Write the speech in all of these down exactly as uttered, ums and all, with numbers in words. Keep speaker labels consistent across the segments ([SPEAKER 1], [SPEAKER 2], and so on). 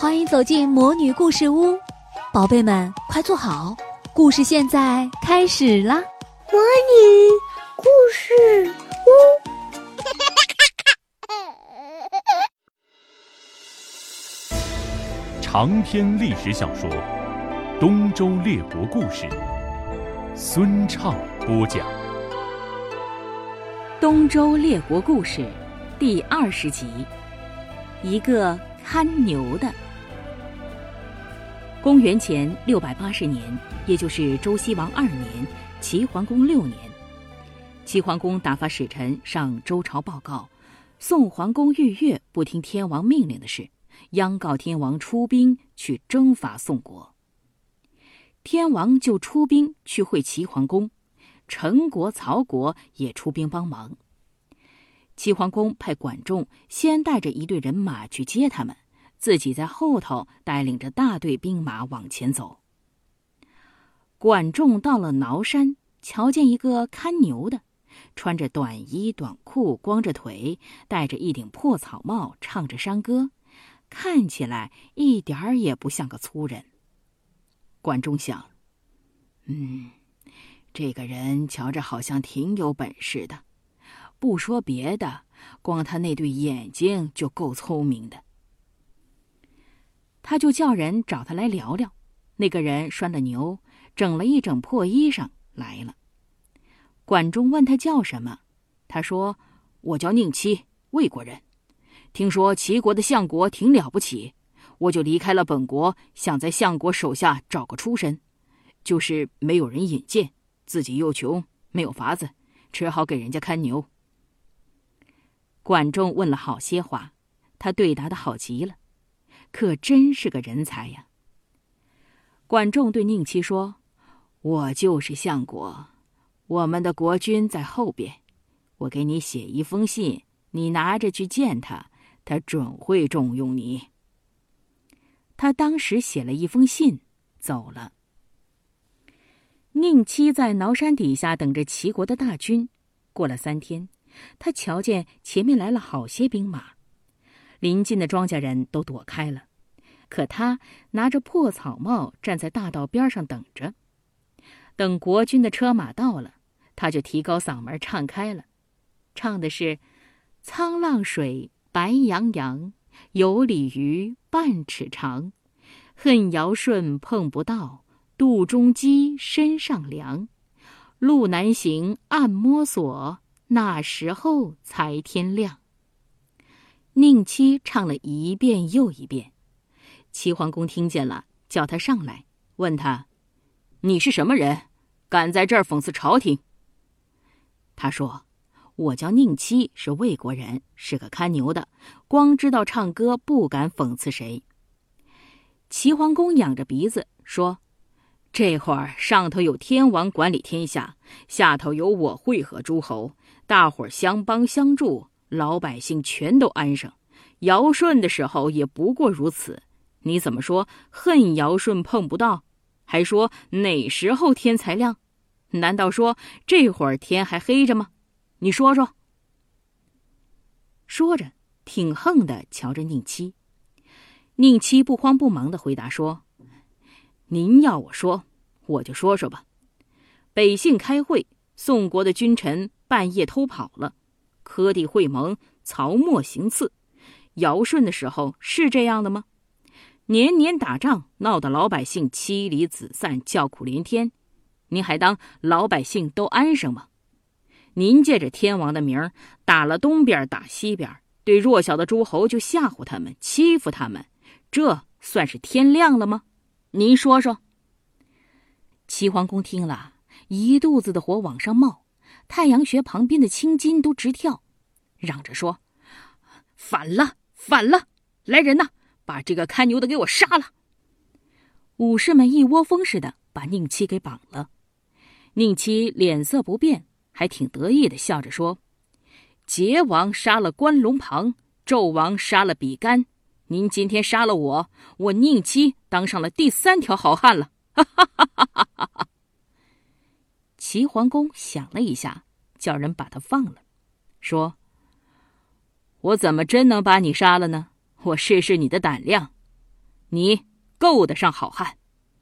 [SPEAKER 1] 欢迎走进魔女故事屋，宝贝们快坐好，故事现在开始啦！
[SPEAKER 2] 魔女故事屋，
[SPEAKER 3] 长篇历史小说《东周列国故事》，孙畅播讲。
[SPEAKER 4] 东周列国故事第二十集，一个看牛的。公元前六百八十年，也就是周西王二年，齐桓公六年，齐桓公打发使臣上周朝报告，宋桓公逾越不听天王命令的事，央告天王出兵去征伐宋国。天王就出兵去会齐桓公，陈国、曹国也出兵帮忙。齐桓公派管仲先带着一队人马去接他们，自己在后头带领着大队兵马往前走。管仲到了崂山，瞧见一个看牛的，穿着短衣短裤，光着腿，戴着一顶破草帽，唱着山歌，看起来一点儿也不像个粗人。管仲想，嗯，这个人瞧着好像挺有本事的，不说别的，光他那对眼睛就够聪明的。他就叫人找他来聊聊。那个人拴了牛，整了一整破衣裳来了。管仲问他叫什么，他说：我叫宁戚，魏国人。听说齐国的相国挺了不起，我就离开了本国，想在相国手下找个出身，就是没有人引荐，自己又穷，没有法子，只好给人家看牛。管仲问了好些话，他对答的好极了，可真是个人才呀。管仲对宁戚说：我就是相国，我们的国君在后边，我给你写一封信，你拿着去见他，他准会重用你。他当时写了一封信，走了。宁戚在崂山底下等着齐国的大军。过了三天，他瞧见前面来了好些兵马，临近的庄稼人都躲开了，可他拿着破草帽站在大道边上等着。等国军的车马到了，他就提高嗓门唱开了，唱的是：沧浪水白洋洋，有鲤鱼半尺长，恨尧舜碰不到，肚中饥身上凉，路难行暗摸索，那时候才天亮。宁戚唱了一遍又一遍。齐桓公听见了，叫他上来，问他：你是什么人，敢在这儿讽刺朝廷？他说：我叫宁戚，是魏国人，是个看牛的，光知道唱歌，不敢讽刺谁。齐桓公仰着鼻子说：这会儿上头有天王管理天下，下头有我会合诸侯，大伙儿相帮相助，老百姓全都安生。尧舜的时候也不过如此，你怎么说恨尧舜碰不到，还说哪时候天才亮？难道说这会儿天还黑着吗？你说说。说着挺横地瞧着宁戚。宁戚不慌不忙地回答说：您要我说，我就说说吧。北杏开会，宋国的君臣半夜偷跑了，柯地会盟，曹沫行刺。尧舜的时候是这样的吗？年年打仗，闹得老百姓妻离子散，叫苦连天，您还当老百姓都安生吗？您借着天王的名儿，打了东边打西边，对弱小的诸侯就吓唬他们，欺负他们，这算是天亮了吗？您说说。齐桓公听了，一肚子的火往上冒，太阳穴旁边的青筋都直跳，嚷着说：反了，反了！来人呐，把这个看牛的给我杀了！武士们一窝蜂似的把宁戚给绑了。宁戚脸色不变，还挺得意的笑着说：桀王杀了关龙庞，纣王杀了比干，您今天杀了我，我宁戚当上了第三条好汉了！哈哈哈哈哈哈！齐桓公想了一下，叫人把他放了，说：我怎么真能把你杀了呢？我试试你的胆量。 你够得上好汉。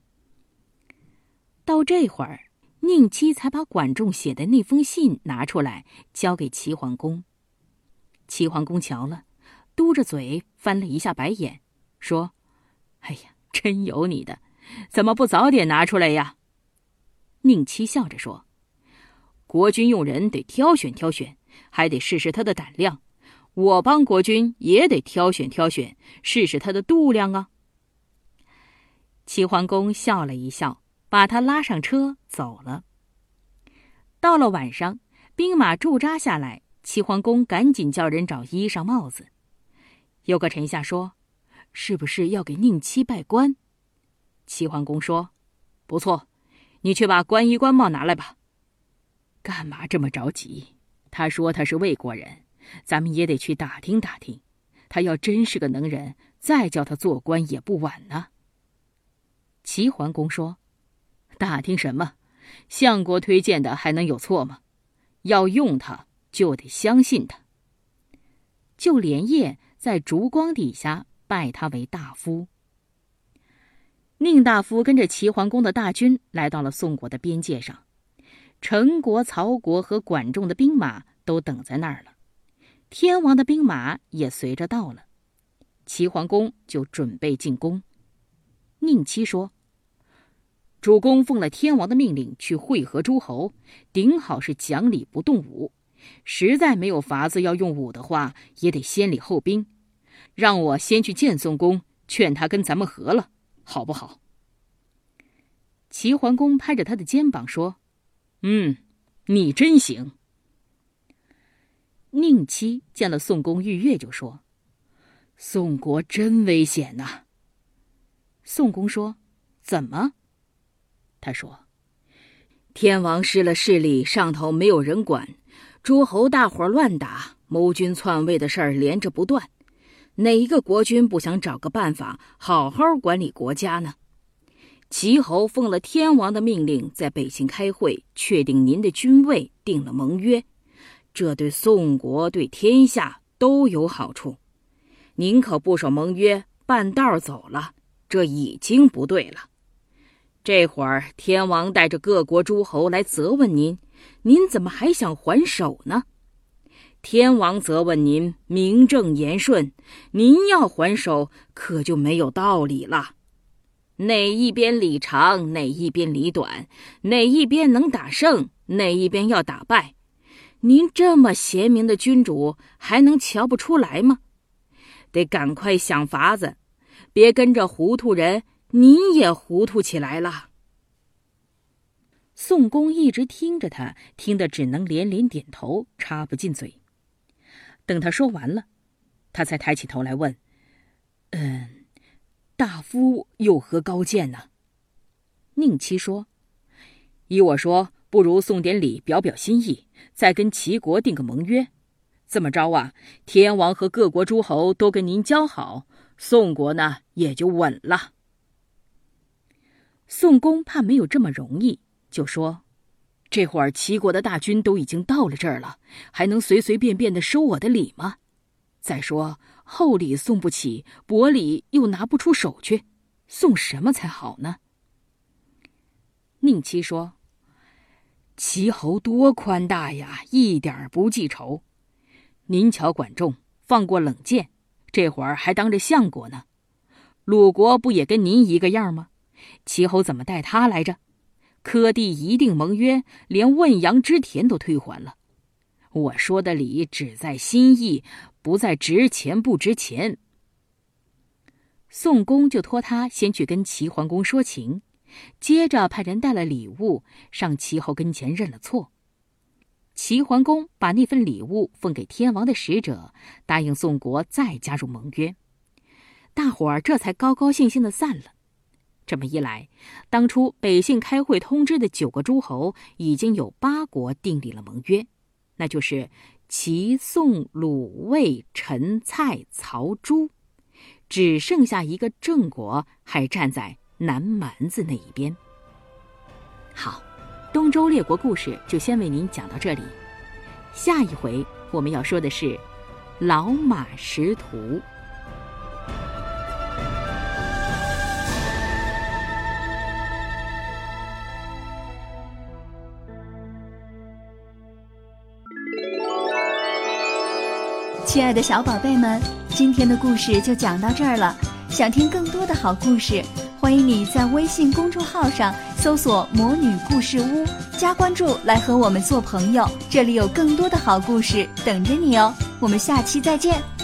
[SPEAKER 4] 到这会儿，宁戚才把管仲写的那封信拿出来，交给齐桓公。齐桓公瞧了，嘟着嘴翻了一下白眼，说：“哎呀，真有你的，怎么不早点拿出来呀？”宁戚笑着说：“国君用人得挑选挑选，还得试试他的胆量。我帮国君也得挑选挑选，试试他的度量啊。”齐桓公笑了一笑，把他拉上车走了。到了晚上，兵马驻扎下来，齐桓公赶紧叫人找衣裳帽子。有个臣下说：“是不是要给宁戚拜官？”齐桓公说：“不错，你去把官衣官帽拿来吧。”干嘛这么着急？他说他是魏国人，咱们也得去打听打听。他要真是个能人，再叫他做官也不晚呢。齐桓公说：“打听什么？相国推荐的还能有错吗？要用他，就得相信他。”就连夜在烛光底下拜他为大夫。宁大夫跟着齐桓公的大军来到了宋国的边界上，陈国、曹国和管仲的兵马都等在那儿了，天王的兵马也随着到了。齐桓公就准备进攻。宁戚说：“主公奉了天王的命令去会合诸侯，顶好是讲理不动武，实在没有法子要用武的话，也得先礼后兵。让我先去见宋公，劝他跟咱们和了，好不好？”齐桓公拍着他的肩膀说：“嗯，你真行。”宁戚见了宋公玉月就说：“宋国真危险呐、啊。”宋公说：“怎么？”他说：“天王失了势力，上头没有人管，诸侯大伙乱打，谋军篡位的事儿连着不断，哪一个国君不想找个办法好好管理国家呢？齐侯奉了天王的命令，在北境开会，确定您的君位，定了盟约，这对宋国对天下都有好处。您可不守盟约，半道走了，这已经不对了。这会儿天王带着各国诸侯来责问您，您怎么还想还手呢？天王责问您名正言顺，您要还手可就没有道理了。哪一边理长，哪一边理短，哪一边能打胜，哪一边要打败，您这么贤明的君主还能瞧不出来吗？得赶快想法子，别跟着糊涂人您也糊涂起来了。宋公一直听着他，听得只能连连点头，插不进嘴。等他说完了，他才抬起头来问：“嗯，大夫有何高见呢？”宁戚说：“依我说，不如送点礼表表心意，再跟齐国定个盟约。这么着啊，天王和各国诸侯都跟您交好，宋国呢也就稳了。”宋公怕没有这么容易，就说：“这会儿齐国的大军都已经到了这儿了，还能随随便便的收我的礼吗？再说厚礼送不起，薄礼又拿不出手去，送什么才好呢？”宁戚说：“齐侯多宽大呀，一点不记仇。您瞧管仲放过冷箭，这会儿还当着相国呢。鲁国不也跟您一个样吗？齐侯怎么待他来着？柯地一定盟约，连汶阳之田都退还了。我说的理只在心意，不在值钱不值钱。”宋公就托他先去跟齐桓公说情，接着派人带了礼物上齐侯跟前认了错。齐桓公把那份礼物奉给天王的使者，答应宋国再加入盟约。大伙儿这才高高兴兴地散了。这么一来，当初北信开会通知的九个诸侯，已经有八国订立了盟约，那就是齐、宋、鲁、魏、陈、蔡、曹、朱，只剩下一个郑国还站在南蛮子那一边。好，东周列国故事就先为您讲到这里，下一回我们要说的是老马识途。
[SPEAKER 1] 亲爱的小宝贝们，今天的故事就讲到这儿了。想听更多的好故事，欢迎你在微信公众号上搜索魔女故事屋，加关注来和我们做朋友，这里有更多的好故事等着你哦。我们下期再见。